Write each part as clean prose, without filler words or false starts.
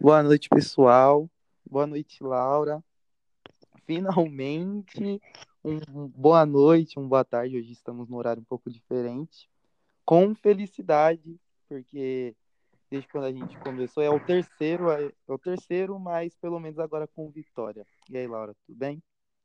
Boa noite, pessoal. Boa noite, Laura. Finalmente, boa noite, boa tarde. Hoje estamos num horário um pouco diferente. Com felicidade, porque desde quando a gente começou é o terceiro, mas pelo menos agora com vitória. E aí, Laura, tudo bem?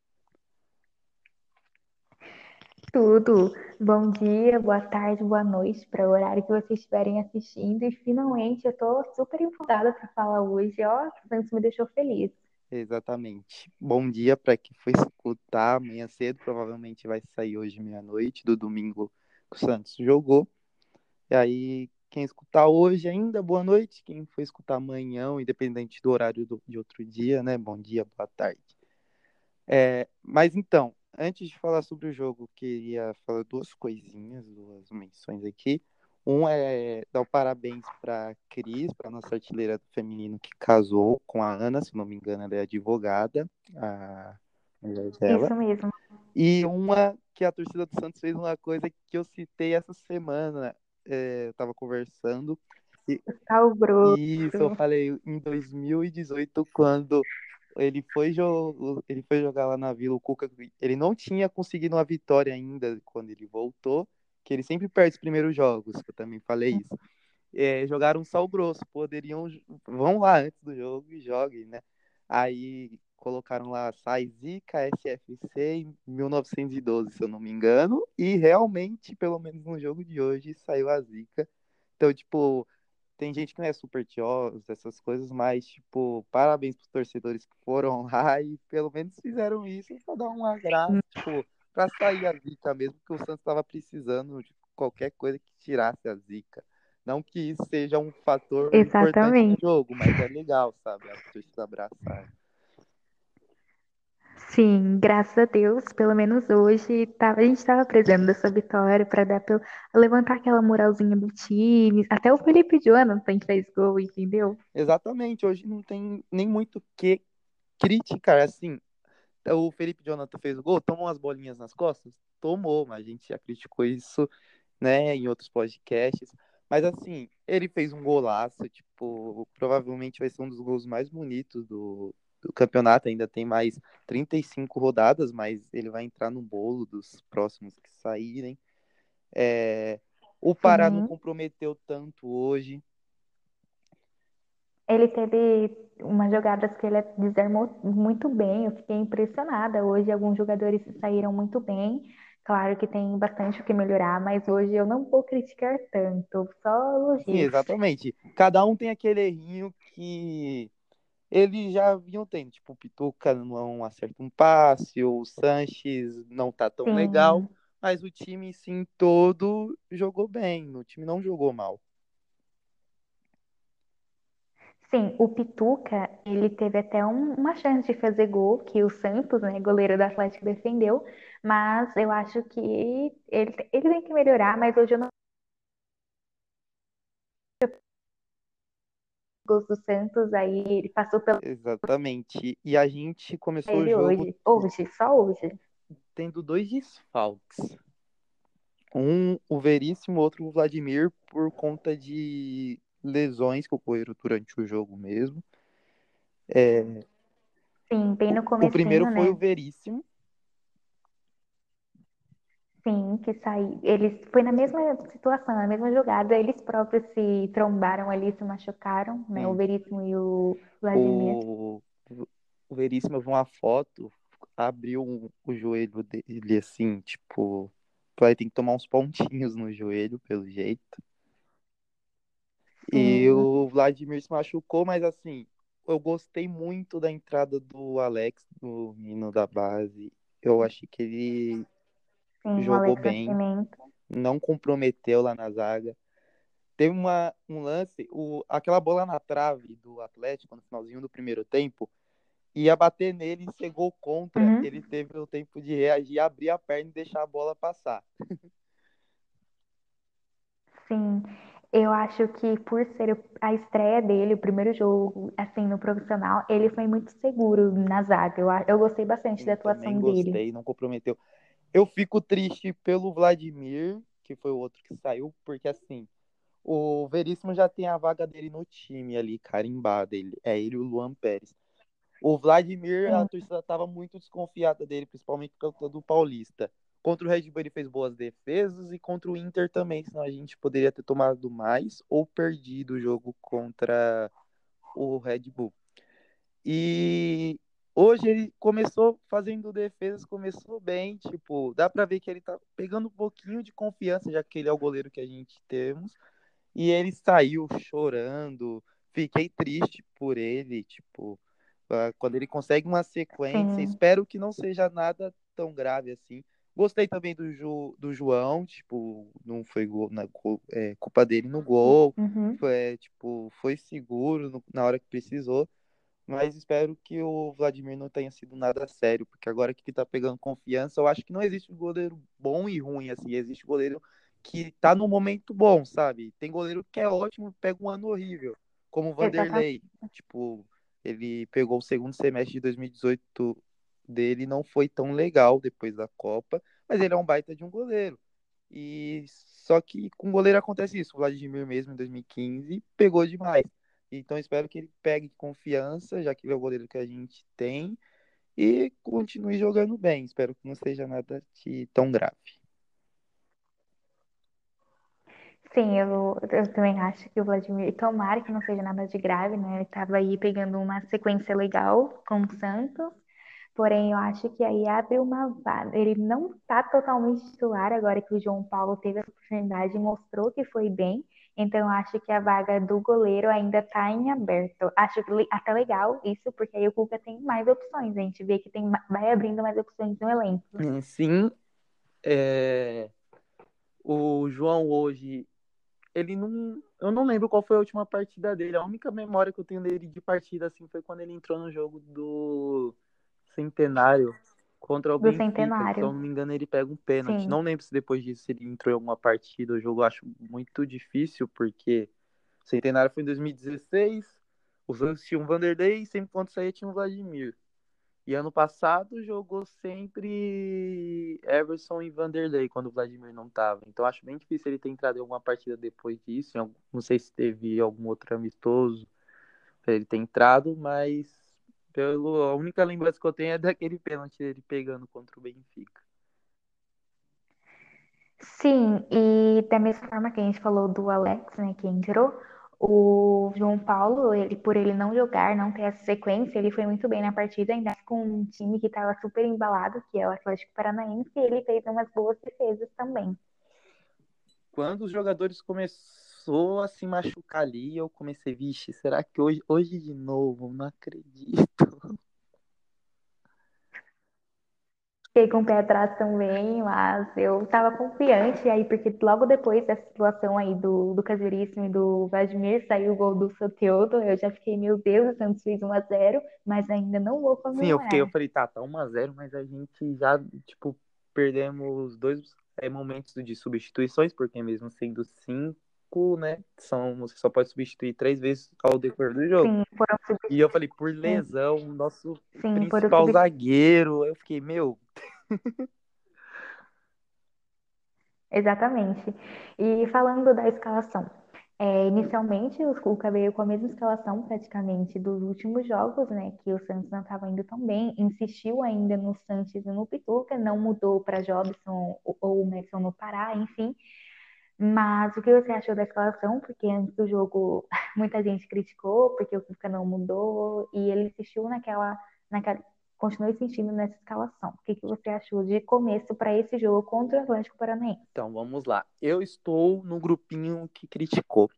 Tudo. Bom dia, boa tarde, boa noite para o horário que vocês estiverem assistindo. E finalmente eu tô super empolgada para falar hoje. Ó, o Santos me deixou feliz. Exatamente. Bom dia para quem foi escutar amanhã cedo. Provavelmente vai sair hoje meia-noite do domingo que o Santos jogou. E aí, quem escutar hoje ainda, boa noite. Quem for escutar amanhã, independente do horário de outro dia, né? Bom dia, boa tarde. Mas então, antes de falar sobre o jogo, eu queria falar duas coisinhas, duas menções aqui. Um é dar o parabéns para Cris, para nossa artilheira do feminino que casou com a Ana, se não me engano, ela é advogada, a mulher dela. Isso mesmo. E uma que a torcida do Santos fez uma coisa que eu citei essa semana. Eu estava conversando. E, Sal e isso eu grosso. falei em 2018, quando ele foi jogar lá na Vila. O Cuca, ele não tinha conseguido uma vitória ainda quando ele voltou, que ele sempre perde os primeiros jogos, que eu também falei isso. Jogaram um sal grosso, vão lá antes do jogo e joguem, né? Aí colocaram lá Sai Zica SFC em 1912, se eu não me engano, e realmente, pelo menos no jogo de hoje, saiu a Zica. Então, tipo, tem gente que não é super tiosa, essas coisas, mas, tipo, parabéns pros torcedores que foram lá e pelo menos fizeram isso pra dar uma graça, tipo, pra sair a zica mesmo, que o Santos estava precisando de qualquer coisa que tirasse a zica. Não que isso seja um fator importante no Exatamente. jogo, mas é legal, sabe, a torcida abraçar. Sim, graças a Deus, pelo menos hoje, a gente estava precisando dessa vitória para levantar aquela moralzinha do time. Até o Felipe Jonathan fez gol, entendeu? Exatamente, hoje não tem nem muito o que criticar, assim, o Felipe Jonathan fez o gol, tomou umas bolinhas nas costas? Tomou, mas a gente já criticou isso, né, em outros podcasts. Mas assim, ele fez um golaço, tipo, provavelmente vai ser um dos gols mais bonitos do campeonato. Ainda tem mais 35 rodadas, mas ele vai entrar no bolo dos próximos que saírem. É, o Pará não Sim. comprometeu tanto hoje. Ele teve umas jogadas que ele desarmou muito bem. Eu fiquei impressionada. Hoje, alguns jogadores saíram muito bem. Claro que tem bastante o que melhorar, mas hoje eu não vou criticar tanto, só Sim, elogios. exatamente. Cada um tem aquele errinho que eles já vinham tendo, tipo, o Pituca não acerta um passe, o Sanches não tá tão legal, Sim, mas o time, sim, todo jogou bem, o time não jogou mal. sim, o Pituca, ele teve até uma chance de fazer gol, que o Santos, né, goleiro do Atlético, defendeu, mas eu acho que ele tem que melhorar, mas hoje eu não gosto do Santos, aí ele passou pelo Exatamente. E a gente começou o ele jogo hoje, só hoje. tendo dois desfalques. Um, o Veríssimo, outro, o Vladimir, por conta de lesões que ocorreram durante o jogo mesmo. É, Sim, bem no o primeiro comecinho, foi o né? Veríssimo. Sim, que saiu. Eles foi na mesma situação, na mesma jogada, eles próprios se trombaram ali, se machucaram, né? O Sim. Veríssimo e o Vladimir. O, o Veríssimo, eu vi uma foto, abriu o joelho dele assim, tipo, vai ter que tomar uns pontinhos no joelho, pelo jeito. E Sim, o Vladimir se machucou, mas assim, eu gostei muito da entrada do Alex, do menino da base. Eu achei que ele sim, o jogou Alex bem, Nascimento. não comprometeu lá na zaga. Teve um lance, aquela bola na trave do Atlético no finalzinho do primeiro tempo, ia bater nele e ser gol contra. Ele Uhum. teve o tempo de reagir, abrir a perna e deixar a bola passar. Sim, eu acho que por ser a estreia dele, o primeiro jogo, assim, no profissional, ele foi muito seguro na zaga. Eu gostei bastante da Sim, também atuação dele. gostei, não comprometeu. Eu fico triste pelo Vladimir, que foi o outro que saiu, porque assim, O Veríssimo já tem a vaga dele no time ali, carimbada. Ele e o Luan Pérez. O Vladimir, a Sim, torcida estava muito desconfiada dele, principalmente por causa do Paulista. Contra o Red Bull ele fez boas defesas e contra o Inter também, senão a gente poderia ter tomado mais ou perdido o jogo contra o Red Bull. E hoje ele começou fazendo defesas, começou bem, tipo, dá pra ver que ele tá pegando um pouquinho de confiança, já que ele é o goleiro que a gente temos. E ele saiu chorando, fiquei triste por ele, tipo, quando ele consegue uma sequência, sim. espero que não seja nada tão grave assim. Gostei também do João, tipo, não foi culpa dele no gol, Uhum. foi seguro na hora que precisou. Mas espero que o Vladimir não tenha sido nada sério, porque agora que ele tá pegando confiança, eu acho que não existe um goleiro bom e ruim, assim, existe goleiro que tá no momento bom, sabe? Tem goleiro que é ótimo, pega um ano horrível, como o Exatamente. Vanderlei. Tipo, ele pegou o segundo semestre de 2018 dele, não foi tão legal depois da Copa, mas ele é um baita de um goleiro. E só que com o goleiro acontece isso. O Vladimir mesmo em 2015 pegou demais. Então espero que ele pegue confiança, já que ele é o goleiro que a gente tem, e continue jogando bem. Espero que não seja nada de tão grave. Sim, eu também acho que o Vladimir, tomara que não seja nada de grave, né? Ele estava aí pegando uma sequência legal com o Santos, porém eu acho que aí abre uma vaga. Ele não está totalmente titular agora que o João Paulo teve a oportunidade e mostrou que foi bem, então eu acho que a vaga do goleiro ainda está em aberto. Acho até legal isso, porque aí o Cuca tem mais opções, a gente vê que tem, vai abrindo mais opções no elenco. Sim, é, o João hoje, ele não. Eu não lembro qual foi a última partida dele. A única memória que eu tenho dele de partida assim foi quando ele entrou no jogo do Centenário contra o Do Benfica, que se eu Centenário. não me engano ele pega um pênalti. Sim, Não lembro se depois disso ele entrou em alguma partida. O jogo eu acho muito difícil, porque o Centenário foi em 2016, o Santos tinha um Vanderlei e sempre quando saía tinha um Vladimir. E ano passado jogou sempre Everson e Vanderlei quando o Vladimir não estava. Então acho bem difícil ele ter entrado em alguma partida depois disso. Não sei se teve algum outro amistoso para ele ter entrado, mas a única lembrança que eu tenho é daquele pênalti dele pegando contra o Benfica. sim, e da mesma forma que a gente falou do Alex, né, que entrou, o João Paulo, ele por ele não jogar, não ter essa sequência, ele foi muito bem na partida, ainda mais com um time que estava super embalado, que é o Atlético Paranaense, e ele fez umas boas defesas também. Quando os jogadores começou a se machucar ali, eu comecei, vixe, será que hoje de novo? Não acredito. Fiquei com o pé atrás também, mas eu estava confiante aí, porque logo depois dessa situação aí do Caseríssimo e do Vladimir, saiu o gol do Soteldo, eu já fiquei, meu Deus, o Santos fez 1-0, mas ainda não vou Sim, eu comemorar. falei, tá 1-0, mas a gente já, tipo, perdemos dois momentos de substituições, porque mesmo sendo cinco, né, você só pode substituir três vezes ao decorrer do jogo. Sim, foram E eu falei, por sim, lesão, o nosso sim, foram principal zagueiro, eu fiquei, meu, exatamente. E falando da escalação, inicialmente o Cuca veio com a mesma escalação praticamente dos últimos jogos, né? Que o Santos não estava indo tão bem, insistiu ainda no Sanches e no Pituca, não mudou para Jobson ou o Madison no Pará, enfim. Mas o que você achou da escalação? Porque antes do jogo muita gente criticou porque o Cuca não mudou e ele insistiu naquela, continuou insistindo nessa escalação. O que que você achou de começo para esse jogo contra o Atlético Paranaense? então vamos lá. Eu estou no grupinho que criticou.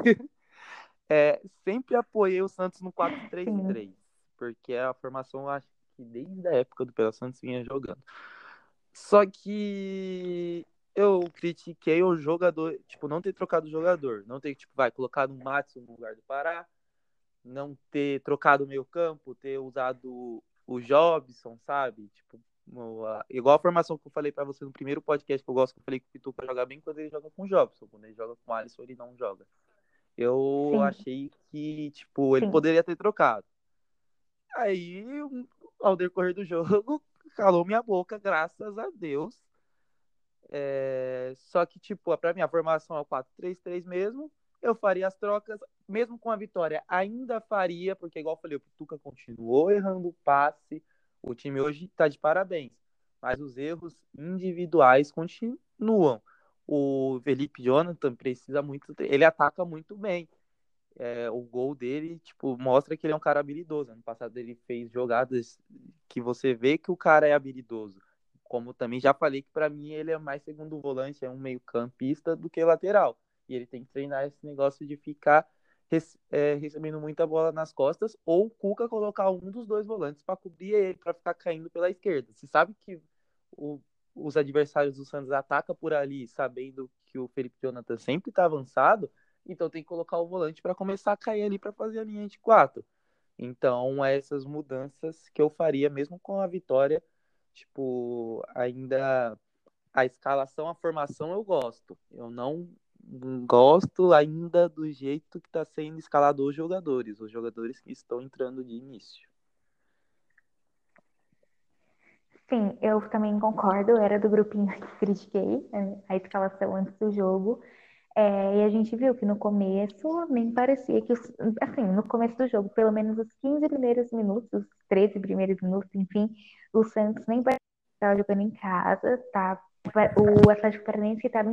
Sempre apoiei o Santos no quatro três Sim, três, porque é a formação, eu acho que desde a época do Pela Santos vinha jogando. Só que eu critiquei o jogador, tipo, não ter trocado o jogador, não ter, tipo, colocado o Matos no lugar do Pará, não ter trocado o meio campo, ter usado o Jobson, sabe? Tipo, igual a formação que eu falei pra você no primeiro podcast que eu gosto, que eu falei que o Pituca joga bem quando ele joga com o Jobson, quando ele joga com o Alisson ele não joga. Eu sim, achei que, tipo, ele sim. poderia ter trocado. Aí, ao decorrer do jogo, calou minha boca, graças a Deus. Só que, tipo, pra mim, a formação é o 4-3-3 mesmo. eu faria as trocas, mesmo com a vitória, ainda faria, porque igual eu falei, o Tuca continuou errando o passe, o time hoje está de parabéns, mas os erros individuais continuam. O Felipe Jonathan precisa muito, ele ataca muito bem. O gol dele, tipo, mostra que ele é um cara habilidoso. Ano passado ele fez jogadas que você vê que o cara é habilidoso. Como também já falei que para mim ele é mais segundo volante, é um meio-campista do que lateral. E ele tem que treinar esse negócio de ficar recebendo muita bola nas costas, ou o Cuca colocar um dos dois volantes para cobrir ele, para ficar caindo pela esquerda. Você sabe que o, os adversários do Santos atacam por ali, sabendo que o Felipe Jonathan sempre está avançado, então tem que colocar o volante para começar a cair ali para fazer a linha de quatro. Então, essas mudanças que eu faria, mesmo com a vitória, tipo, ainda a escalação, a formação eu gosto. Eu não gosto ainda do jeito que está sendo escalado os jogadores que estão entrando de início. Sim, eu também concordo, eu era do grupinho que critiquei a escalação antes do jogo. E a gente viu que no começo nem parecia que, assim, no começo do jogo, pelo menos os 15 primeiros minutos, os 13 primeiros minutos, enfim, o Santos nem parecia que estava jogando em casa, tá? O Atlético Paranaense estava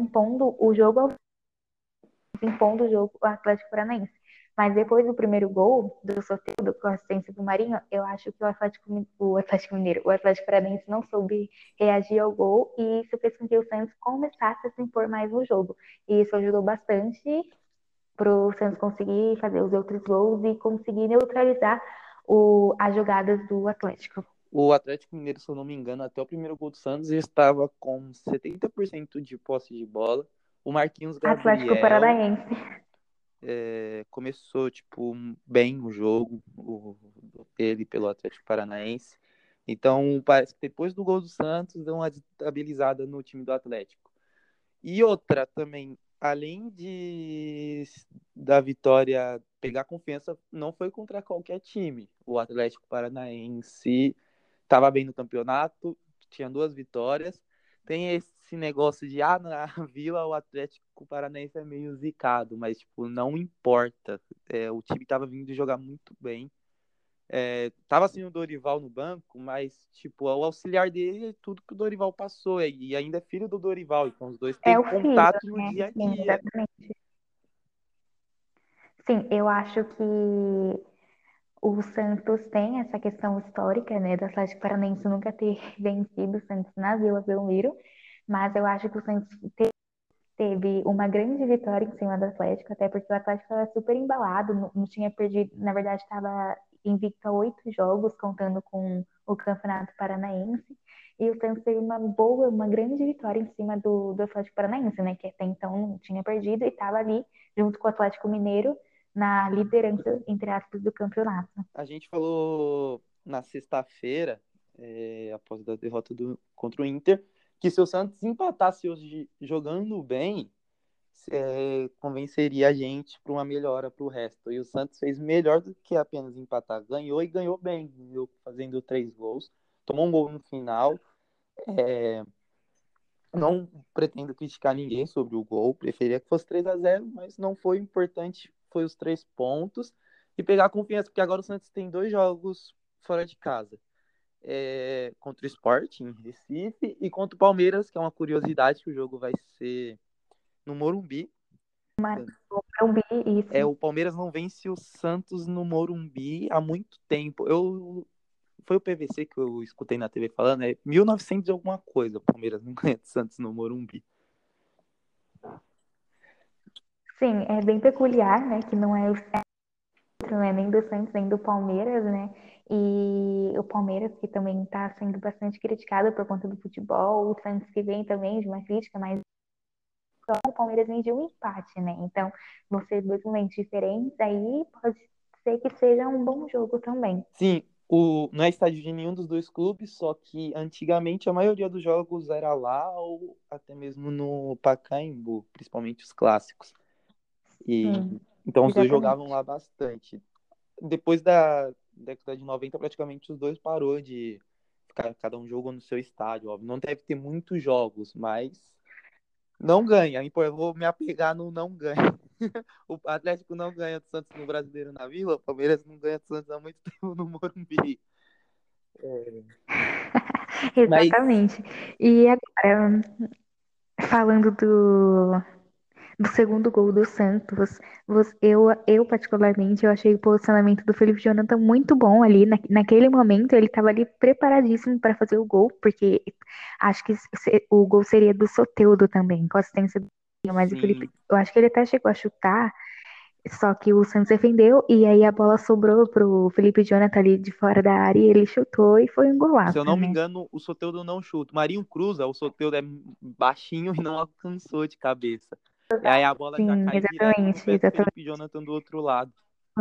impondo o jogo ao Atlético Paranaense. Mas depois do primeiro gol, do Soteldo, com a assistência do Marinho, eu acho que o Atlético Mineiro, o Atlético Paranaense não soube reagir ao gol e isso fez com que o Santos começasse a se impor mais no jogo. E isso ajudou bastante para o Santos conseguir fazer os outros gols e conseguir neutralizar as jogadas do Atlético. O Atlético Mineiro, se eu não me engano, até o primeiro gol do Santos estava com 70% de posse de bola. O Marquinhos Atlético Gabriel Paranaense. começou tipo bem o jogo, ele pelo Atlético Paranaense. Então, parece que depois do gol do Santos, deu uma estabilizada no time do Atlético. E outra também, além da vitória pegar confiança, não foi contra qualquer time. O Atlético Paranaense estava bem no campeonato, tinha 2 vitórias. Tem esse negócio de, na Vila o Atlético Paranaense é meio zicado, mas, tipo, não importa. O time estava vindo jogar muito bem. Tava assim o Dorival no banco, mas, tipo, o auxiliar dele é tudo que o Dorival passou, e ainda é filho do Dorival, então os dois É têm o filho, contato no né? dia a Sim, dia. exatamente. Sim, eu acho que o Santos tem essa questão histórica, né, do Atlético Paranaense nunca ter vencido o Santos na Vila Belmiro, mas eu acho que o Santos teve uma grande vitória em cima do Atlético, até porque o Atlético estava super embalado, não tinha perdido, na verdade estava invicto a 8 jogos, contando com o Campeonato Paranaense, e o Santos teve uma grande vitória em cima do Atlético Paranaense, né, que até então não tinha perdido e estava ali junto com o Atlético Mineiro na liderança, entre aspas, do campeonato. A gente falou na sexta-feira, após a derrota contra o Inter, que se o Santos empatasse hoje jogando bem, convenceria a gente para uma melhora para o resto. E o Santos fez melhor do que apenas empatar. Ganhou e ganhou bem, viu? Fazendo 3 gols. Tomou um gol no final. É, não pretendo criticar ninguém sobre o gol. Preferia que fosse 3-0, mas não foi importante. Foi os 3 pontos. E pegar confiança, porque agora o Santos tem 2 jogos fora de casa. Contra o Sport, em Recife, e contra o Palmeiras, que é uma curiosidade, que o jogo vai ser no Morumbi. Morumbi, isso. O Palmeiras não vence o Santos no Morumbi há muito tempo. Foi o PVC que eu escutei na TV falando, 1900 e alguma coisa. O Palmeiras não ganha do Santos no Morumbi. Sim, é bem peculiar, né? Que não é o centro, né, nem do Santos, nem do Palmeiras, né? E o Palmeiras, que também está sendo bastante criticado por conta do futebol, o Santos que vem também de uma crítica, mas o Palmeiras vem de um empate, né? Então, vão ser dois momentos diferentes, aí pode ser que seja um bom jogo também. Sim, não é estádio de nenhum dos dois clubes, só que antigamente a maioria dos jogos era lá ou até mesmo no Pacaembu, principalmente os clássicos. E Sim, então os dois jogavam exatamente. lá bastante. Depois da década de 90, praticamente os dois parou de ficar cada um jogou no seu estádio, óbvio. Não deve ter muitos jogos, mas não ganha. Eu vou me apegar no não ganha. O Atlético não ganha do Santos no Brasileiro na Vila, o Palmeiras não ganha do Santos há muito tempo no Morumbi. Mas, Exatamente. E agora, falando do segundo gol do Santos, eu particularmente, eu achei o posicionamento do Felipe Jonathan muito bom ali. Naquele momento, ele estava ali preparadíssimo para fazer o gol, porque acho que o gol seria do Soteldo também, com assistência do mas o Felipe, sim, eu acho que ele até chegou a chutar, só que o Santos defendeu, e aí a bola sobrou pro Felipe Jonathan ali de fora da área, e ele chutou e foi um se eu golaço, não me né? engano, o Soteldo não chuta. O Marinho cruza, o Soteldo é baixinho e não alcançou de cabeça. E aí a bola já Sim, cai direto no exatamente, pé do exatamente. Felipe Jonathan do outro lado.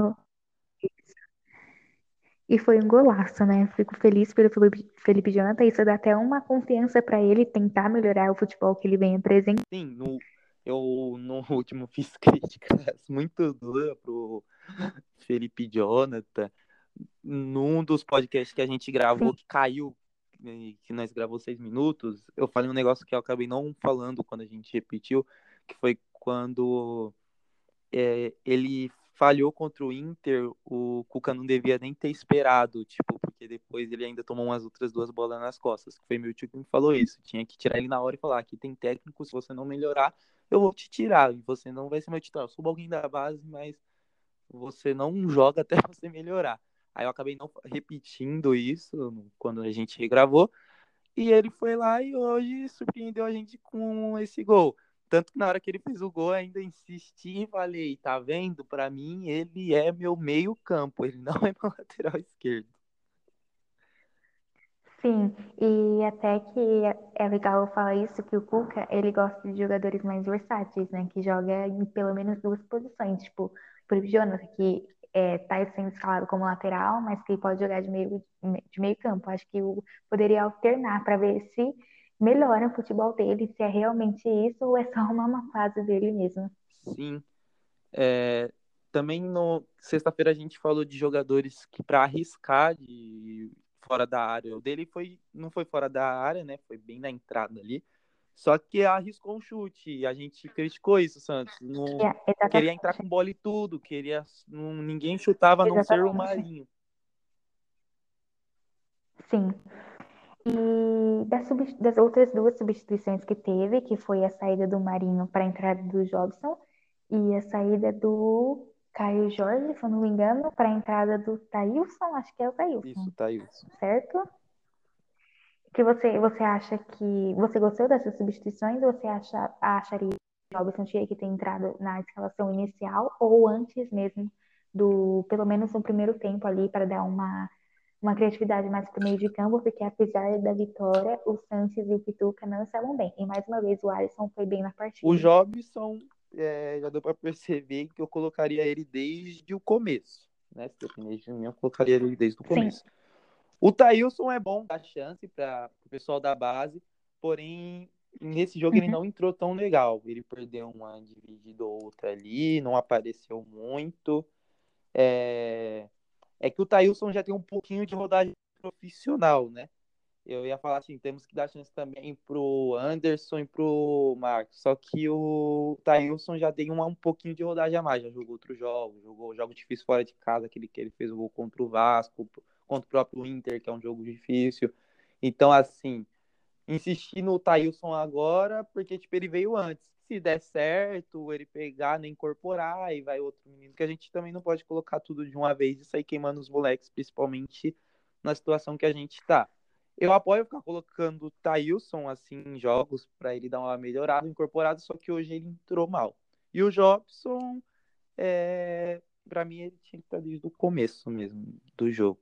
E foi um golaço, né? Fico feliz pelo Felipe Jonathan. Isso dá até uma confiança para ele tentar melhorar o futebol que ele vem apresentando. Sim, eu no último fiz críticas muito duras pro Felipe Jonathan. Num dos podcasts que a gente Sim, gravou, que caiu, que nós gravou 6 minutos, eu falei um negócio que eu acabei não falando quando a gente repetiu, que foi quando ele falhou contra o Inter, o Cuca não devia nem ter esperado, tipo, porque depois ele ainda tomou umas outras 2 bolas nas costas. Foi meu tio que me falou isso. Tinha que tirar ele na hora e falar: aqui tem técnico, se você não melhorar, eu vou te tirar. E você não vai ser meu titular. Eu subo alguém da base, mas você não joga até você melhorar. Aí eu acabei não repetindo isso quando a gente regravou. E ele foi lá e hoje surpreendeu a gente com esse gol. Tanto que na hora que ele fez o gol, ainda insisti e falei: tá vendo? Pra mim, ele é meu meio-campo, ele não é meu lateral esquerdo. sim. E até que é legal falar isso, que o Cuca, ele gosta de jogadores mais versáteis, né? Que joga em pelo menos duas posições. Tipo, o Felipe Jonathan, que tá sendo escalado como lateral, mas que pode jogar de meio campo. Acho que poderia alternar para ver se melhora o futebol dele, se é realmente isso ou é só uma má fase dele mesmo. Sim. É, também no sexta-feira a gente falou de jogadores que para arriscar de fora da área. O dele não foi fora da área, né? Foi bem na entrada ali. Só que arriscou um chute. E a gente criticou isso, Santos. Não queria entrar Exatamente. com bola e tudo. Queria, não, ninguém chutava a não ser o Exatamente. Marinho. Sim. E das outras duas substituições que teve, que foi a saída do Marinho para a entrada do Jobson e a saída do Caio Jorge, se eu não me engano, para a entrada do Thailson, acho que é o Thailson, Isso, tá isso. certo? Que você acha que você gostou dessas substituições ou você acharia que o Jobson tinha que ter entrado na escalação inicial ou antes mesmo pelo menos no primeiro tempo ali para dar uma criatividade mais para o meio de campo, porque apesar da vitória, o Sanches e o Pituca não estavam bem. E mais uma vez o Alisson foi bem na O partida. Jobson, já deu para perceber que eu colocaria ele desde o começo. Né? Se depender de mim, eu colocaria ele desde o Sim. começo. O Thailson é bom, dá chance para o pessoal da base, porém, nesse jogo ele Uhum. não entrou tão legal. Ele perdeu uma dividida ou outra ali, não apareceu muito. É que o Thailson já tem um pouquinho de rodagem profissional, né? Eu ia falar assim, temos que dar chance também pro Anderson e pro Marcos. Só que o Thailson já tem um pouquinho de rodagem a mais, já jogou outros jogos, jogou jogo difícil fora de casa, aquele que ele fez o gol contra o Vasco, contra o próprio Inter, que é um jogo difícil. Então, assim, insistir no Thailson agora, porque tipo, ele veio antes. Se der certo, ele pegar, nem incorporar, e vai outro menino, que a gente também não pode colocar tudo de uma vez e sair queimando os moleques, principalmente na situação que a gente tá. Eu apoio ficar colocando o Thailson assim em jogos para ele dar uma melhorada, incorporada, só que hoje ele entrou mal. E o Jobson, para mim, ele tinha que estar desde o começo mesmo do jogo.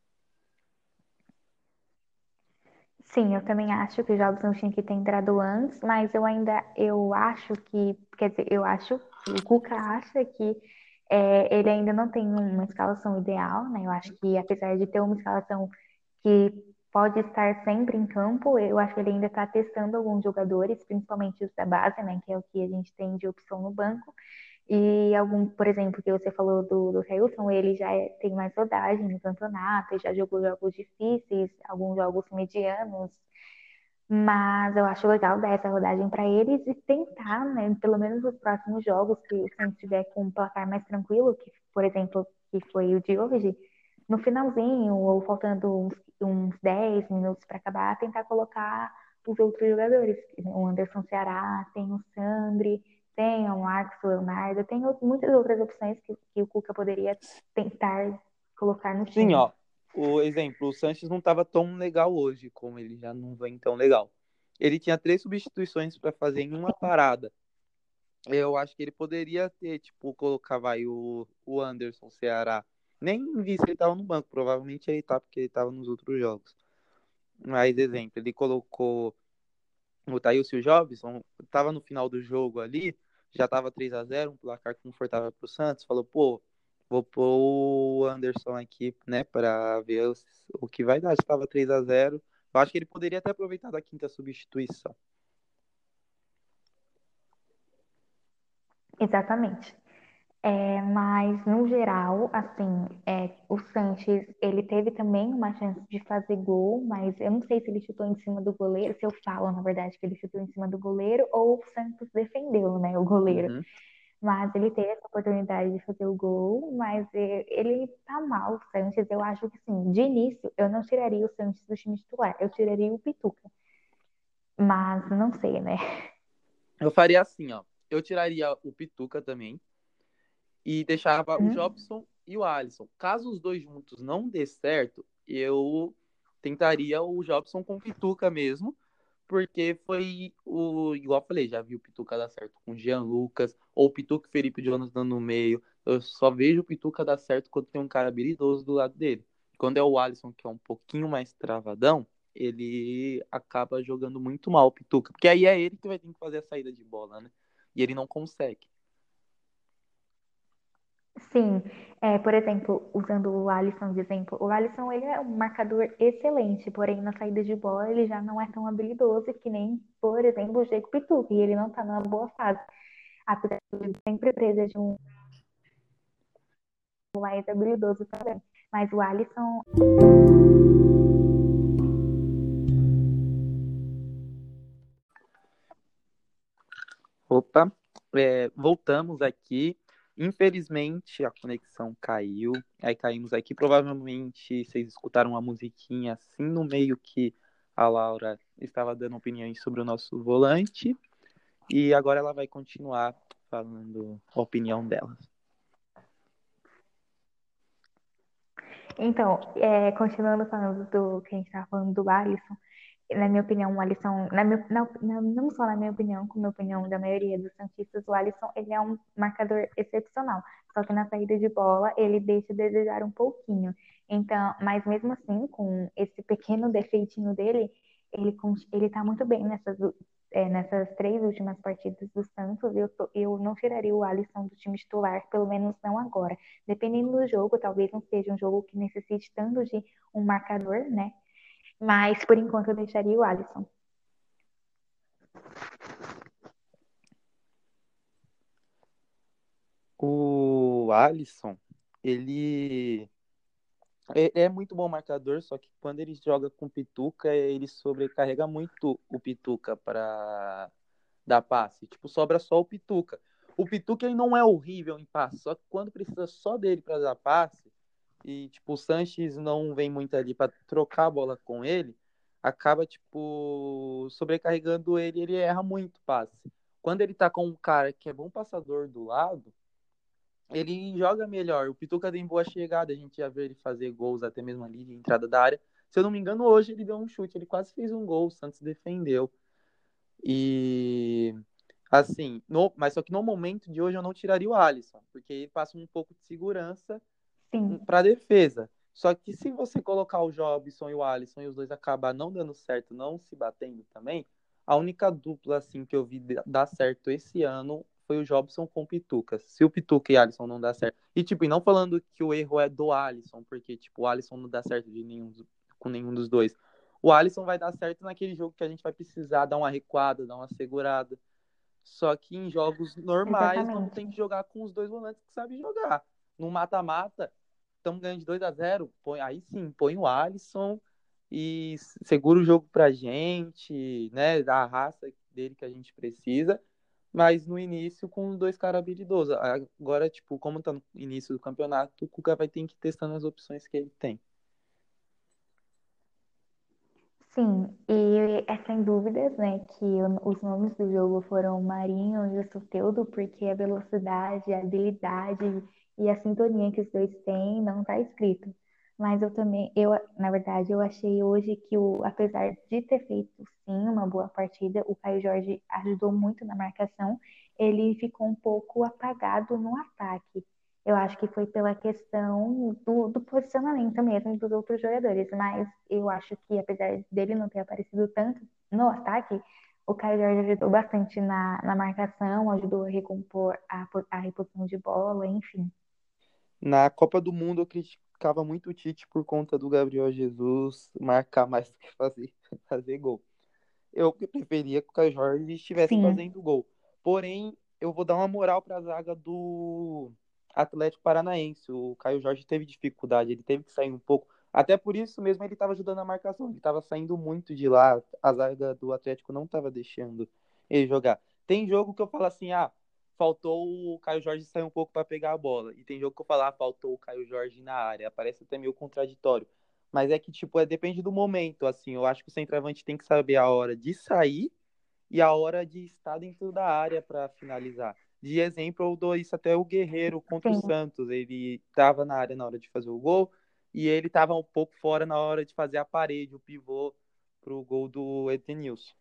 Sim, eu também acho que o Jobson tinha que ter entrado antes, mas eu acho que, quer dizer, eu acho, o Cuca acha que ele ainda não tem uma escalação ideal, né? Eu acho que apesar de ter uma escalação que pode estar sempre em campo, eu acho que ele ainda está testando alguns jogadores, principalmente os da base, né? Que é o que a gente tem de opção no banco. E algum, por exemplo, que você falou do Hilton, ele já tem mais rodagem no campeonato, já jogou jogos difíceis, alguns jogos medianos, Mas eu acho legal dar essa rodagem para eles e tentar, né, pelo menos nos próximos jogos que o Santos tiver com um placar mais tranquilo, que, por exemplo, que foi o de hoje, no finalzinho, ou faltando uns 10 minutos para acabar, tentar colocar os outros jogadores. O Anderson Ceará, tem o Sandri, tem o Marcos Leonardo, tem muitas outras opções que o Cuca poderia tentar colocar no Sim, time. ó. O exemplo, o Sanches não estava tão legal hoje, como ele já não vem tão legal. Ele tinha 3 substituições para fazer em uma parada. Eu acho que ele poderia ter, tipo, colocar, vai, o Anderson Ceará. Nem vi se ele estava no banco, provavelmente ele tá, porque ele estava nos outros jogos. Mas, exemplo, ele colocou o Thailson e o Jobson, estava no final do jogo ali, já estava 3-0, um placar confortável para o Santos, falou, pô, vou pôr o Anderson aqui, né, para ver o que vai dar. Estava 3-0. Eu acho que ele poderia ter aproveitado a quinta substituição. Exatamente. Mas, no geral, assim, o Sanches, ele teve também uma chance de fazer gol, mas eu não sei se ele chutou em cima do goleiro, se eu falo, na verdade, que ele chutou em cima do goleiro, ou o Santos defendeu, né, o goleiro. Uhum. Mas ele teve essa oportunidade de fazer o gol, mas ele tá mal, o Sanches. Eu acho que, assim, de início, eu não tiraria o Sanches do time titular, eu tiraria o Pituca. Mas, não sei, né? Eu faria assim, ó. Eu tiraria o Pituca também e deixava o Hum? Jobson e o Alisson. Caso os dois juntos não dê certo, eu tentaria o Jobson com o Pituca mesmo, porque foi o. Igual eu falei, já vi o Pituca dar certo com o Jean Lucas, ou o Pituca e Felipe Jonathan no meio. Eu só vejo o Pituca dar certo quando tem um cara habilidoso do lado dele. Quando é o Alisson, que é um pouquinho mais travadão, ele acaba jogando muito mal o Pituca, porque aí é ele que vai ter que fazer a saída de bola, né? E ele não consegue. Sim, por exemplo, usando o Alisson de exemplo, o Alisson ele é um marcador excelente, porém na saída de bola ele já não é tão habilidoso que nem, por exemplo, o Diego Pituca, e ele não tá numa boa fase, apesar de ele sempre precisa de um mais habilidoso também. Mas o Alisson, Opa, voltamos aqui. Infelizmente a conexão caiu. Aí caímos aqui. Provavelmente vocês escutaram uma musiquinha assim no meio que a Laura estava dando opiniões sobre o nosso volante. E agora ela vai continuar falando a opinião dela. então, continuando falando do que a gente estava falando do Alisson, na minha opinião, o Alisson, não só na minha opinião, como na opinião da maioria dos santistas, o Alisson ele é um marcador excepcional. Só que na saída de bola ele deixa a desejar um pouquinho. Então, mas mesmo assim, com esse pequeno defeitinho dele, ele tá muito bem nessas 3 últimas partidas do Santos. Eu não tiraria o Alisson do time titular, pelo menos não agora. Dependendo do jogo, talvez não seja um jogo que necessite tanto de um marcador, né? Mas por enquanto eu deixaria o Alisson. O Alisson, ele é muito bom marcador, só que quando ele joga com o Pituca, ele sobrecarrega muito o Pituca para dar passe. Tipo, sobra só o Pituca. O Pituca ele não é horrível em passe, só que quando precisa só dele para dar passe, e tipo, o Sanches não vem muito ali para trocar a bola com ele, acaba tipo sobrecarregando ele, ele erra muito passe. Quando ele tá com um cara que é bom passador do lado, ele joga melhor. O Pituca tem boa chegada, a gente já vê ele fazer gols até mesmo ali de entrada da área. Se eu não me engano, hoje ele deu um chute, ele quase fez um gol, o Santos defendeu. E assim, mas só que no momento de hoje eu não tiraria o Alisson, porque ele passa um pouco de segurança Sim, para defesa. Só que se você colocar o Jobson e o Alisson e os dois acabar não dando certo, não se batendo também, a única dupla assim que eu vi dar certo esse ano foi o Jobson com o Pituca. Se o Pituca e o Alisson não dá certo. E tipo, e não falando que o erro é do Alisson, porque tipo, o Alisson não dá certo com nenhum dos dois. O Alisson vai dar certo naquele jogo que a gente vai precisar dar uma recuada, dar uma segurada. Só que em jogos normais, vamos exatamente. ter que jogar com os dois volantes que sabem jogar. No mata-mata, estamos ganhando de 2-0, aí sim, põe o Alisson e segura o jogo pra gente, né? Da raça dele que a gente precisa. Mas no início com dois caras habilidosos. Agora, tipo, como tá no início do campeonato, o Cuca vai ter que ir testando as opções que ele tem. Sim, e é sem dúvidas, né, que os nomes do jogo foram o Marinho e o Soteldo, porque a velocidade, a habilidade e a sintonia que os dois têm não está escrito. Mas eu também, na verdade, eu achei hoje que apesar de ter feito sim uma boa partida, o Caio Jorge ajudou muito na marcação, ele ficou um pouco apagado no ataque. Eu acho que foi pela questão do posicionamento mesmo dos outros jogadores, mas eu acho que apesar dele não ter aparecido tanto no ataque, o Caio Jorge ajudou bastante na marcação, ajudou a recompor a reposição de bola, enfim. Na Copa do Mundo eu criticava muito o Tite por conta do Gabriel Jesus marcar mais do que fazer gol. Eu preferia que o Caio Jorge estivesse Sim, fazendo gol. Porém, eu vou dar uma moral para a zaga do Atlético Paranaense. O Caio Jorge teve dificuldade, ele teve que sair um pouco. Até por isso mesmo ele estava ajudando a marcação. Ele estava saindo muito de lá. A zaga do Atlético não estava deixando ele jogar. Tem jogo que eu falo assim, faltou o Caio Jorge sair um pouco para pegar a bola. E tem jogo que eu falo, faltou o Caio Jorge na área. Parece até meio contraditório. Mas é que, tipo, depende do momento, assim. Eu acho que o centroavante tem que saber a hora de sair e a hora de estar dentro da área para finalizar. De exemplo, eu dou isso até o Guerreiro contra o sim. Santos. Ele estava na área na hora de fazer o gol e ele estava um pouco fora na hora de fazer a parede, o pivô, para o gol do Edenilson.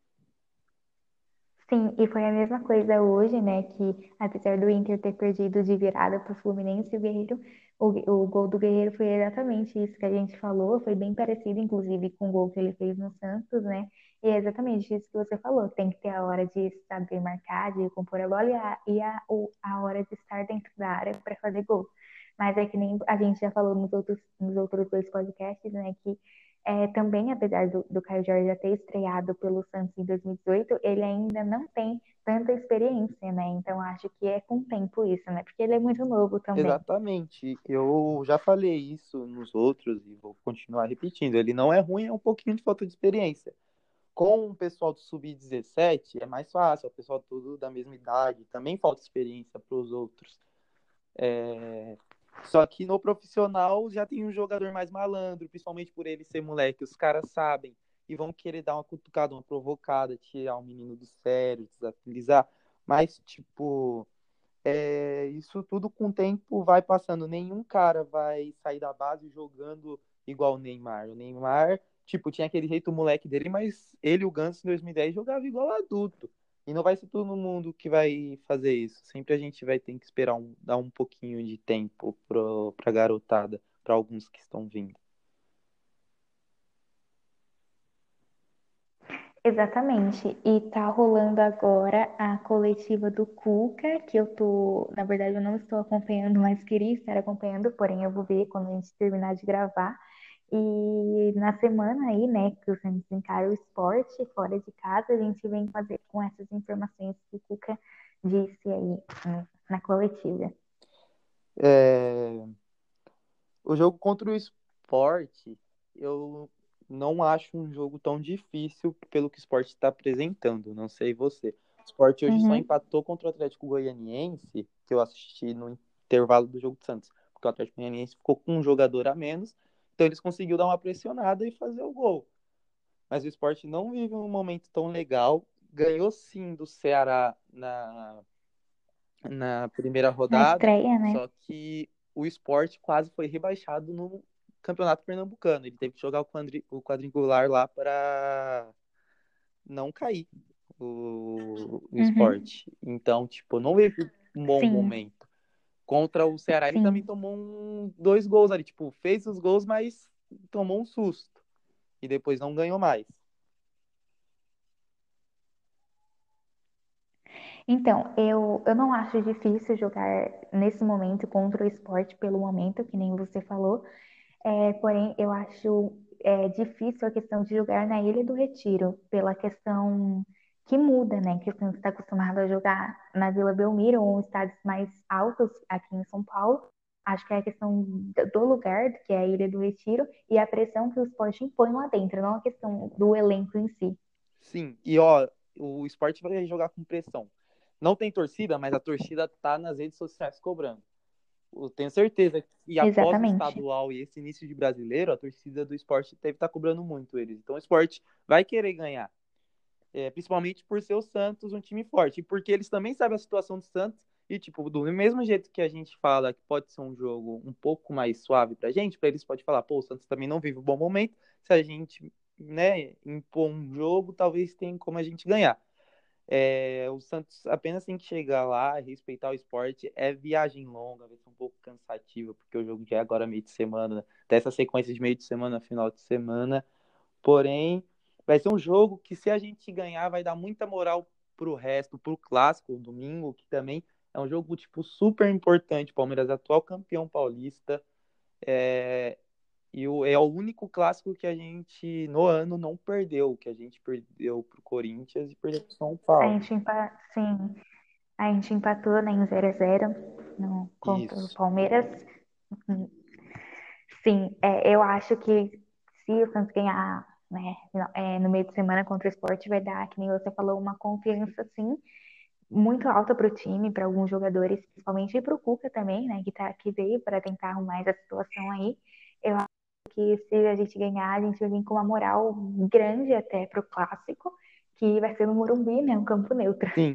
Sim, e foi a mesma coisa hoje, né? Que apesar do Inter ter perdido de virada para o Fluminense, o Guerreiro, o gol do Guerreiro foi exatamente isso que a gente falou, foi bem parecido, inclusive, com o gol que ele fez no Santos, né? E é exatamente isso que você falou, tem que ter a hora de saber marcar, de compor a bola e a hora de estar dentro da área para fazer gol. Mas é que nem a gente já falou nos outros dois podcasts, né? Que também, apesar do Caio Jorge já ter estreado pelo Santos em 2018, ele ainda não tem tanta experiência, né? Então acho que é com o tempo isso, né? Porque ele é muito novo também. Exatamente. Eu já falei isso nos outros e vou continuar repetindo. Ele não é ruim, é um pouquinho de falta de experiência. Com o pessoal do Sub-17 é mais fácil, é o pessoal todo da mesma idade, também falta experiência para os outros. Só que no profissional já tem um jogador mais malandro, principalmente por ele ser moleque. Os caras sabem e vão querer dar uma cutucada, uma provocada, tirar o menino do sério, desatualizar. Mas, tipo, isso tudo com o tempo vai passando. Nenhum cara vai sair da base jogando igual o Neymar. O Neymar, tipo, tinha aquele jeito moleque dele, mas ele, o Ganso, em 2010, jogava igual adulto. E não vai ser todo mundo que vai fazer isso. Sempre a gente vai ter que esperar dar um pouquinho de tempo pra garotada, para alguns que estão vindo. Exatamente. E tá rolando agora a coletiva do Cuca, que na verdade eu não estou acompanhando, mas queria estar acompanhando, porém eu vou ver quando a gente terminar de gravar. E na semana aí, né, que o Santos encara o esporte fora de casa, a gente vem fazer com essas informações que o Cuca disse aí na coletiva. É, O jogo contra o esporte, eu não acho um jogo tão difícil pelo que o esporte está apresentando. Não sei você. O esporte hoje só Uhum. empatou contra o Atlético Goianiense, que eu assisti no intervalo do jogo do Santos, porque o Atlético Goianiense ficou com um jogador a menos, então eles conseguiram dar uma pressionada e fazer o gol. Mas o esporte não vive um momento tão legal. Ganhou sim do Ceará na primeira Na rodada, estreia, né? só que o esporte quase foi rebaixado no Campeonato Pernambucano. Ele teve que jogar o quadrangular lá para não cair o Uhum. esporte. Então, tipo, não vive um bom Sim, momento. Contra o Ceará, ele também sim. tomou dois gols ali. Tipo, fez os gols, mas tomou um susto. E depois não ganhou mais. Então, eu não acho difícil jogar nesse momento contra o esporte pelo momento, que nem você falou. Porém, eu acho difícil a questão de jogar na Ilha do Retiro, pela questão que muda, né? Que você está acostumado a jogar na Vila Belmiro ou em estádios mais altos aqui em São Paulo. Acho que é a questão do lugar, que é a Ilha do Retiro, e a pressão que o Sport impõe lá dentro, não a questão do elenco em si. Sim, e ó, o Sport vai jogar com pressão. Não tem torcida, mas a torcida tá nas redes sociais cobrando. Eu tenho certeza que após o Exatamente. estadual e esse início de brasileiro, a torcida do esporte deve estar cobrando muito eles. Então o esporte vai querer ganhar. Principalmente por ser o Santos um time forte. E porque eles também sabem a situação do Santos. E, tipo, do mesmo jeito que a gente fala que pode ser um jogo um pouco mais suave pra gente, pra eles pode falar, pô, o Santos também não vive um bom momento. Se a gente, né, impor um jogo, talvez tenha como a gente ganhar. O Santos apenas tem que chegar lá, respeitar o esporte. É viagem longa, vai ser um pouco cansativa, porque o jogo já é agora meio de semana, dessa sequência de meio de semana, final de semana. Porém, vai ser um jogo que, se a gente ganhar, vai dar muita moral pro resto, pro clássico, domingo, que também é um jogo, tipo, super importante. Palmeiras é atual campeão paulista. É, é o único clássico que a gente, no ano, não perdeu, que a gente perdeu pro Corinthians e perdeu pro São A Paulo. gente, sim, a gente empatou, né, em 0-0 no, contra o Isso. Palmeiras. Sim, eu acho que se o Santos ganhar, né, no meio de semana contra o Sport, vai dar, que nem você falou, uma confiança, assim, muito alta para o time, para alguns jogadores, principalmente, e para o Cuca também, né, que veio para tentar arrumar essa situação aí. Eu acho que se a gente ganhar, a gente vai vir com uma moral grande até para o clássico, que vai ser no Morumbi, né, um campo neutro. Sim.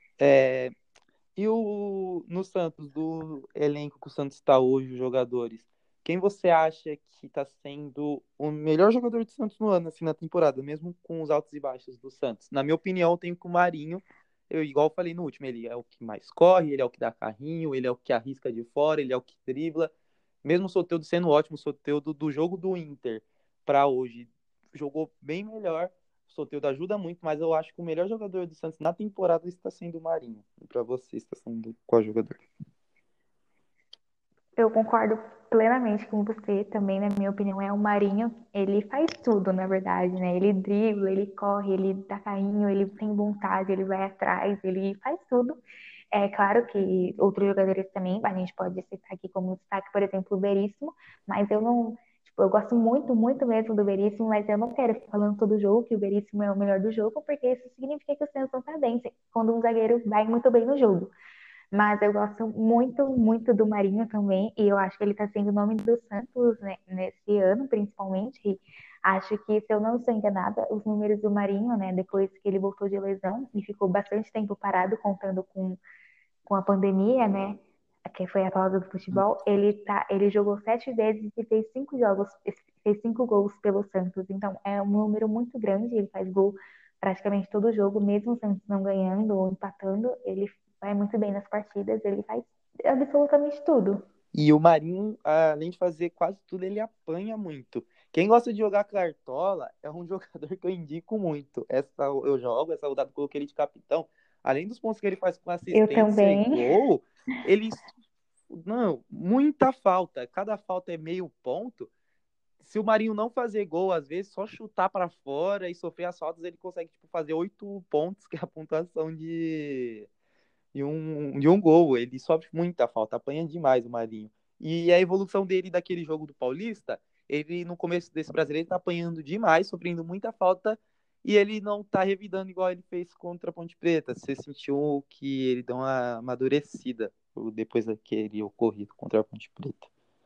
E no Santos, do elenco que o Santos está hoje, os jogadores, quem você acha que está sendo o melhor jogador do Santos no ano, assim, na temporada, mesmo com os altos e baixos do Santos? Na minha opinião, eu tenho que o Marinho, igual eu falei no último, ele é o que mais corre, ele é o que dá carrinho, ele é o que arrisca de fora, ele é o que dribla. Mesmo o Soteldo sendo ótimo, o Soteldo do jogo do Inter para hoje jogou bem melhor. O Soteldo ajuda muito, mas eu acho que o melhor jogador do Santos na temporada está sendo o Marinho. E para você, está sendo qual jogador? Eu concordo plenamente com você também, na minha opinião, é o Marinho. Ele faz tudo, na verdade, né? Ele dribla, ele corre, ele dá carrinho, ele tem vontade, ele vai atrás, ele faz tudo. É claro que outros jogadores também, a gente pode citar aqui como destaque, por exemplo, o Veríssimo, mas eu não, tipo, eu gosto muito, muito mesmo do Veríssimo, mas eu não quero ficar falando todo jogo que o Veríssimo é o melhor do jogo, porque isso significa que o Santos não tá bem, quando um zagueiro vai muito bem no jogo. Mas eu gosto muito, muito do Marinho também, e eu acho que ele está sendo o nome do Santos, né, nesse ano, principalmente. E acho que, se eu não estou enganada, os números do Marinho, né, depois que ele voltou de lesão e ficou bastante tempo parado, contando com a pandemia, né, que foi a pausa do futebol, ele jogou 7 vezes e fez 5 jogos, fez 5 gols pelo Santos. Então, é um número muito grande, ele faz gol praticamente todo jogo, mesmo o Santos não ganhando ou empatando, ele vai muito bem nas partidas, ele faz absolutamente tudo. E o Marinho, além de fazer quase tudo, ele apanha muito. Quem gosta de jogar cartola é um jogador que eu indico muito. Essa eu jogo, essa rodada eu coloquei ele de capitão. Além dos pontos que ele faz com Eu assistência e também. gol, ele. Não, muita falta. Cada falta é meio ponto. Se o Marinho não fazer gol, às vezes, só chutar para fora e sofrer as faltas, ele consegue tipo, fazer 8 pontos, que é a pontuação de um gol. Ele sofre muita falta, apanha demais o Marinho. E a evolução dele daquele jogo do Paulista, ele no começo desse brasileiro tá apanhando demais, sofrendo muita falta, e ele não tá revidando igual ele fez contra a Ponte Preta. Você sentiu que ele deu uma amadurecida depois daquele ocorrido contra a Ponte Preta?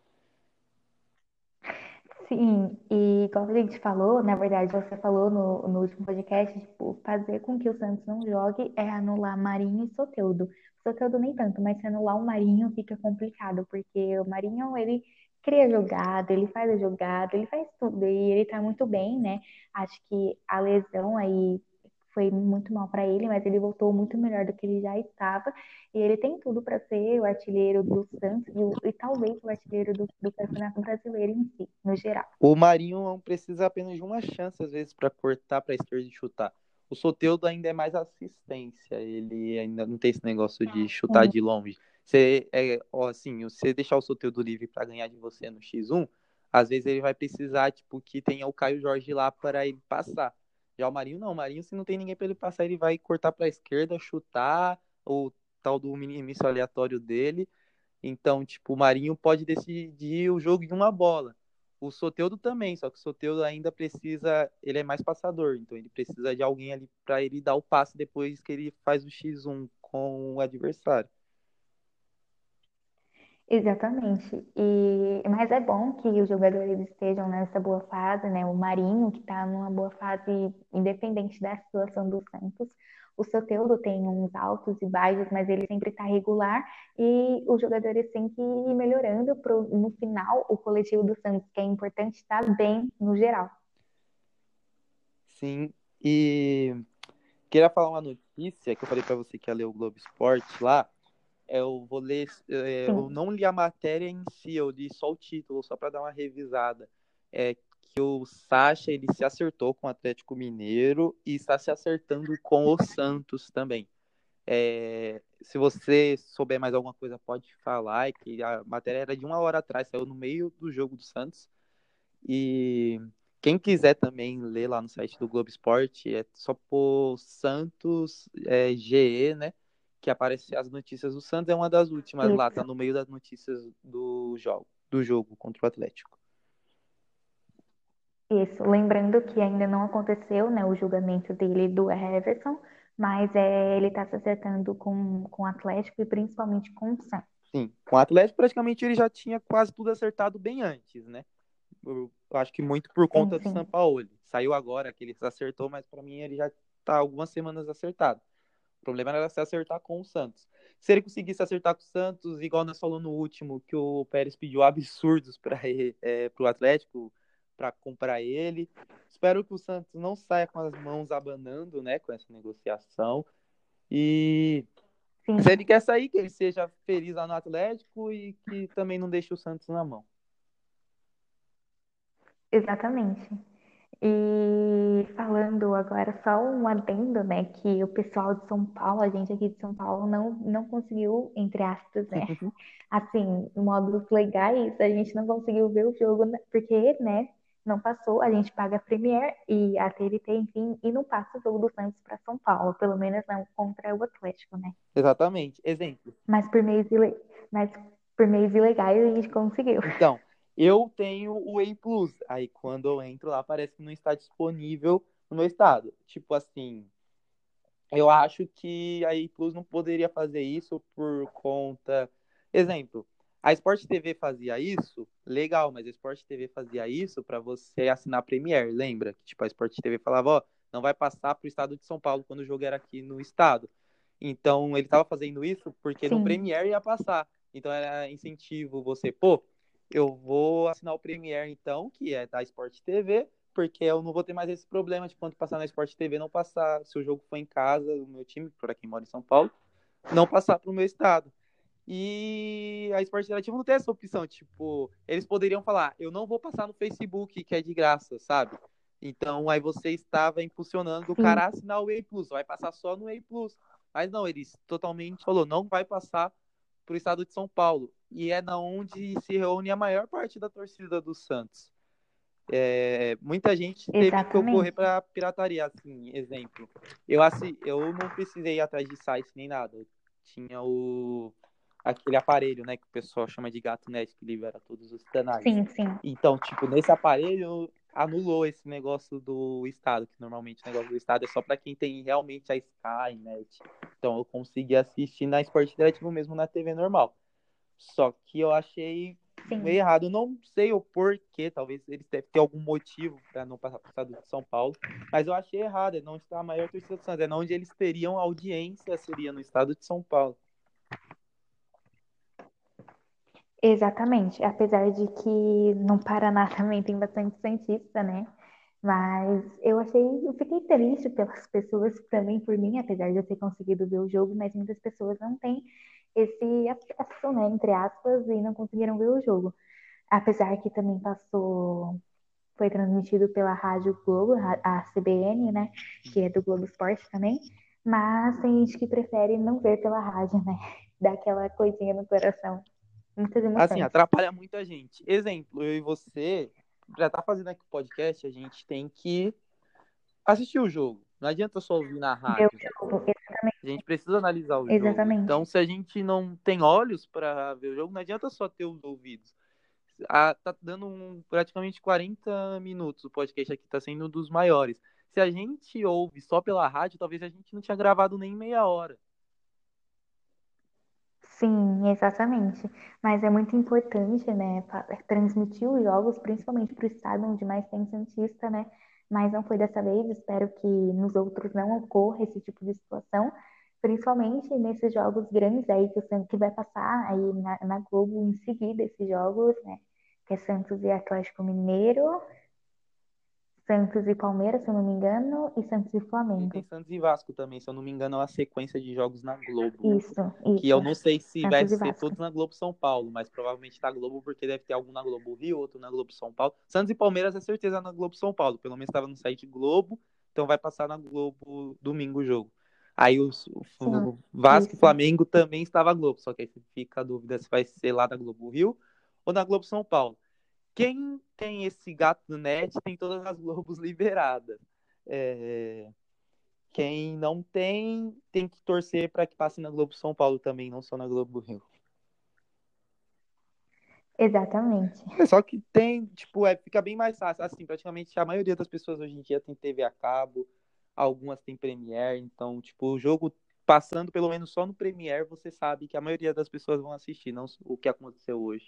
Sim, e como a gente falou, na verdade, você falou no último podcast, tipo, fazer com que o Santos não jogue é anular Marinho e Soteldo. Soteldo nem tanto, mas se anular o Marinho fica complicado, porque o Marinho, ele cria jogada, ele faz a jogada, ele faz tudo, e ele tá muito bem, né? Acho que a lesão aí foi muito mal para ele, mas ele voltou muito melhor do que ele já estava, e ele tem tudo para ser o artilheiro do Santos e talvez o artilheiro do Campeonato Brasileiro em si, no geral. O Marinho precisa apenas de uma chance, às vezes, para cortar para a esquerda e chutar. O Soteldo ainda é mais assistência, ele ainda não tem esse negócio de chutar Sim, de longe. Assim, você deixar o Soteldo livre para ganhar de você no X1, às vezes ele vai precisar, tipo, que tenha o Caio Jorge lá para ele passar. Já o Marinho não, o Marinho, se não tem ninguém para ele passar, ele vai cortar para a esquerda, chutar, o tal do míssil aleatório dele, Então, tipo, o Marinho pode decidir o jogo em uma bola. O Soteldo também, só que o Soteldo ainda precisa, ele é mais passador, então ele precisa de alguém ali para ele dar o passe depois que ele faz o X1 com o adversário. Exatamente. Mas é bom que os jogadores estejam nessa boa fase, né? O Marinho, que está numa boa fase, independente da situação do Santos. O Soteldo tem uns altos e baixos, mas ele sempre está regular e os jogadores têm que ir melhorando no final, o coletivo do Santos, que é importante, estar bem no geral. Sim, e queria falar uma notícia que eu falei para você que ia ler o Globo Esporte lá. Eu vou ler, eu Sim, não li a matéria em si, eu li só o título, só para dar uma revisada. É que o Sacha ele se acertou com o Atlético Mineiro e está se acertando com o Santos também. Se você souber mais alguma coisa, pode falar. É que a matéria era de 1 hora atrás, saiu no meio do jogo do Santos. E quem quiser também ler lá no site do Globo Esporte, é só pôr Santos GE, né? Que aparece as notícias do Santos, é uma das últimas lá, tá isso. no meio das notícias do jogo contra o Atlético. Isso, lembrando que ainda não aconteceu, né, o julgamento dele do Everson, mas ele está se acertando com o Atlético e principalmente com o Santos. Sim, com o Atlético praticamente ele já tinha quase tudo acertado bem antes, né? Eu acho que muito por Sim, conta do sim, Sampaoli. Saiu agora que ele se acertou, mas para mim ele já tá algumas semanas acertado. O problema era se acertar com o Santos. Se ele conseguisse acertar com o Santos, igual nós falamos no último, que o Pérez pediu absurdos para o Atlético para comprar ele. Espero que o Santos não saia com as mãos abanando, né, com essa negociação. E se ele sim, quer sair, que ele seja feliz lá no Atlético e que também não deixe o Santos na mão. exatamente. E falando agora só um adendo, né, que o pessoal de São Paulo, a gente aqui de São Paulo, não conseguiu, entre aspas, né, assim, modos legais, a gente não conseguiu ver o jogo, né, porque, né, não passou, a gente paga a Premier e a TNT, enfim, e não passa o jogo do Santos para São Paulo, pelo menos não contra o Atlético, né. Exatamente. Exemplo. Mas por meios, ile... Mas por meios ilegais a gente conseguiu. Então, eu tenho o Whey Plus. Aí quando eu entro lá, parece que não está disponível no meu estado. Tipo assim, eu acho que a Whey Plus não poderia fazer isso por conta. Exemplo, a Sport TV fazia isso, legal, mas a Sport TV fazia isso para você assinar a Premier, lembra? Que tipo, a Sport TV falava, ó, não vai passar para o estado de São Paulo quando o jogo era aqui no estado. Então ele estava fazendo isso porque no Sim, Premier ia passar. Então era incentivo você, pô, eu vou assinar o Premier então, que é da Sport TV, porque eu não vou ter mais esse problema de quando passar na Sport TV não passar, se o jogo for em casa, o meu time, para quem mora em São Paulo, não passar para o meu estado. E a Esporte Interativo não tem essa opção, tipo, eles poderiam falar, eu não vou passar no Facebook, que é de graça, sabe? Então, aí você estava impulsionando o sim, cara a assinar o Whey Plus, vai passar só no Whey Plus. Mas não, eles totalmente falou, não vai passar para o estado de São Paulo. E é na onde se reúne a maior parte da torcida do Santos. Muita gente teve que ocorrer exatamente. para pirataria, assim, exemplo. Eu não precisei ir atrás de site nem nada. Eu tinha aquele aparelho, né, que o pessoal chama de gato net, que libera todos os canais. Sim, sim. Então, tipo, nesse aparelho anulou esse negócio do estado, que normalmente o negócio do estado é só para quem tem realmente a Sky, net. Então eu consegui assistir na Sport Interativo mesmo na TV normal. Só que eu achei meio Sim, errado. Eu não sei o porquê, talvez eles devem ter algum motivo para não passar para o estado de São Paulo, mas eu achei errado. É não está a maior torcida do Santos, é onde eles teriam audiência, seria no estado de São Paulo. exatamente. Apesar de que no Paraná também tem bastante santista, né? Mas eu fiquei triste pelas pessoas, também por mim, apesar de eu ter conseguido ver o jogo, mas muitas pessoas não têm esse acesso, né, entre aspas, e não conseguiram ver o jogo. Apesar que também foi transmitido pela Rádio Globo, a CBN, né, que é do Globo Esporte também, mas tem gente que prefere não ver pela rádio, né? Dá aquela coisinha no coração. Muitas Assim, emoções. atrapalha muita gente. Exemplo, eu e você, já tá fazendo aqui o podcast, a gente tem que assistir o jogo. Não adianta só ouvir na Ver o rádio. jogo, A gente precisa analisar o jogo. Exatamente. Então, se a gente não tem olhos para ver o jogo, não adianta só ter os ouvidos. Tá dando praticamente 40 minutos. O podcast aqui tá sendo um dos maiores. Se a gente ouve só pela rádio, talvez a gente não tinha gravado nem meia hora. Sim, exatamente. Mas é muito importante, né, transmitir os jogos, principalmente para o estado onde mais tem santista, né? Mas não foi dessa vez. Espero que nos outros não ocorra esse tipo de situação, principalmente nesses jogos grandes aí que vai passar aí na Globo em seguida esses jogos, né? Que é Santos e Atlético Mineiro, Santos e Palmeiras, se eu não me engano, e Santos e E tem Flamengo. Santos e Vasco também, se eu não me engano, é uma sequência de jogos na Globo. Que eu Isso. não sei se vai Santos e ser Vasco. todos na Globo São Paulo, mas provavelmente na Globo, porque deve ter algum na Globo Rio, outro na Globo São Paulo. Santos e Palmeiras é certeza na Globo São Paulo, pelo menos estava no site Globo, então vai passar na Globo domingo o jogo. Aí Sim, o Vasco e isso. Flamengo também estava na Globo, só que aí fica a dúvida se vai ser lá na Globo Rio ou na Globo São Paulo. Quem tem esse gato do net tem todas as Globos liberadas. É, quem não tem, tem que torcer para que passe na Globo São Paulo também, não só na Globo Rio. Exatamente. É só que tem, tipo, fica bem mais fácil. Assim, praticamente a maioria das pessoas hoje em dia tem TV a cabo, algumas tem Premiere, então, tipo, o jogo passando pelo menos só no Premiere, você sabe que a maioria das pessoas vão assistir, não o que aconteceu hoje.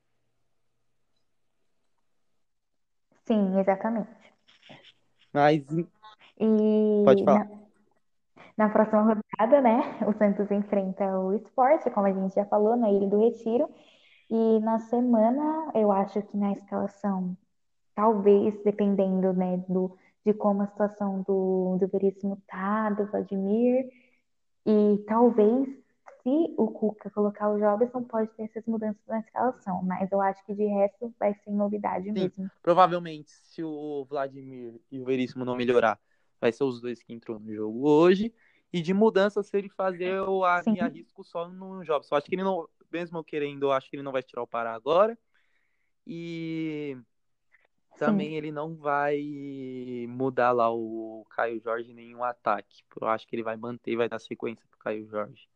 Sim, exatamente. Mas pode E falar. na próxima rodada, né, o Santos enfrenta o Sport, como a gente já falou, na Ilha do Retiro. E na semana, eu acho que na escalação, talvez, dependendo, né, de como a situação do Veríssimo tá, do Vladimir, e talvez, se o Cuca colocar o Jobson, pode ter essas mudanças na escalação. Mas eu acho que de resto vai ser novidade Sim, mesmo. provavelmente, se o Vladimir e o Veríssimo não melhorar, vai ser os dois que entrou no jogo hoje. E de mudança, se ele fazer, Sim, me arrisco só no jogo. Só acho que ele não, mesmo eu querendo, eu acho que ele não vai tirar o Pará agora. E sim, também ele não vai mudar lá o Caio Jorge em nenhum ataque. Eu acho que ele vai manter, vai dar sequência pro Caio Jorge.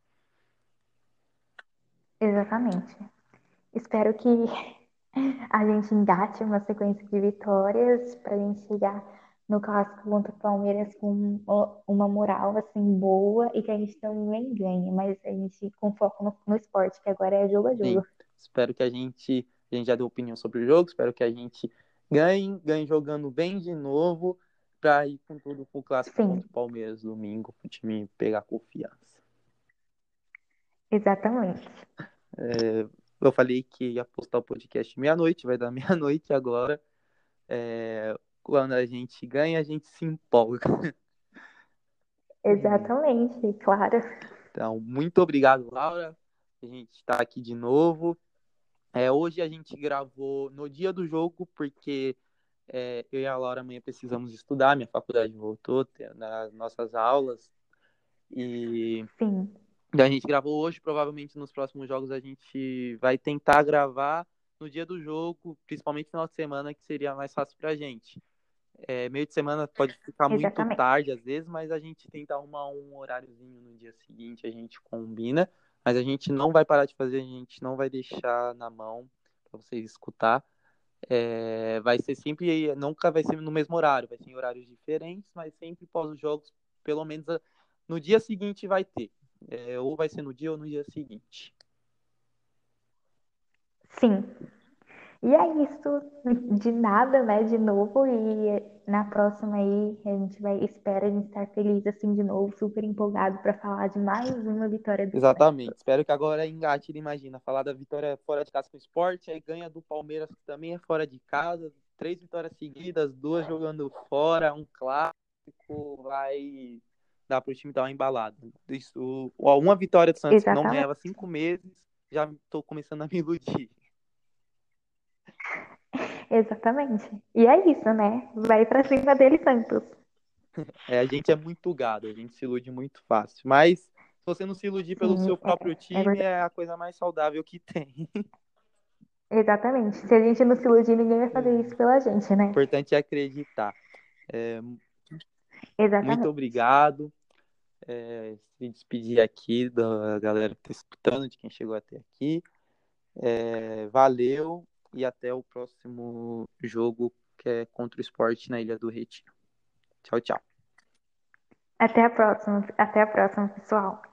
exatamente. Espero que a gente engate uma sequência de vitórias para a gente chegar no clássico contra o Palmeiras com uma moral assim boa e que a gente também ganhe, mas a gente com foco no esporte, que agora é jogo a Sim, jogo. espero que a gente já deu opinião sobre o jogo, espero que a gente ganhe jogando bem de novo, para ir com tudo pro clássico Sim, contra o Palmeiras domingo, pro time pegar confiança. exatamente. Eu falei que ia postar o podcast meia-noite, vai dar meia-noite agora. Quando a gente ganha, a gente se empolga. Exatamente, claro. Então, muito obrigado, Laura. A gente está aqui de novo. Hoje a gente gravou no dia do jogo, porque eu e a Laura amanhã precisamos estudar, minha faculdade voltou nas nossas aulas, e Sim, a gente gravou hoje, provavelmente nos próximos jogos a gente vai tentar gravar no dia do jogo, principalmente no final de semana, que seria mais fácil pra gente. Meio de semana pode ficar muito exatamente. tarde às vezes, mas a gente tenta arrumar um horáriozinho no dia seguinte, a gente combina, mas a gente não vai parar de fazer, a gente não vai deixar na mão para vocês escutar. Vai ser sempre, nunca vai ser no mesmo horário, vai ser em horários diferentes, mas sempre pós os jogos, pelo menos no dia seguinte vai ter. Ou vai ser no dia ou no dia seguinte. Sim. E é isso, de nada, né, de novo, e na próxima aí a gente espera a gente estar feliz assim de novo, super empolgado para falar de mais uma vitória do Exatamente. Santos. Espero que agora engate, ele imagina, falar da vitória fora de casa com o Sport, aí ganha do Palmeiras, que também é fora de casa, 3 vitórias seguidas, 2 jogando fora, um clássico, vai dar para o time dar uma embalada. Uma vitória do Santos que não ganhava Exatamente, 5 meses, já estou começando a me iludir. exatamente. E é isso, né? Vai para cima dele, Santos. A gente é muito gado, a gente se ilude muito fácil, mas se você não se iludir pelo Sim, seu próprio é time, verdade. é a coisa mais saudável que tem. Exatamente. Se a gente não se iludir, ninguém vai fazer isso pela gente, O né? importante é acreditar. É, muito Exatamente. obrigado. se despedir aqui da galera que está escutando, de quem chegou até aqui. Valeu e até o próximo jogo, que é contra o Sport na Ilha do Retiro. Tchau, tchau. Até a próxima, pessoal.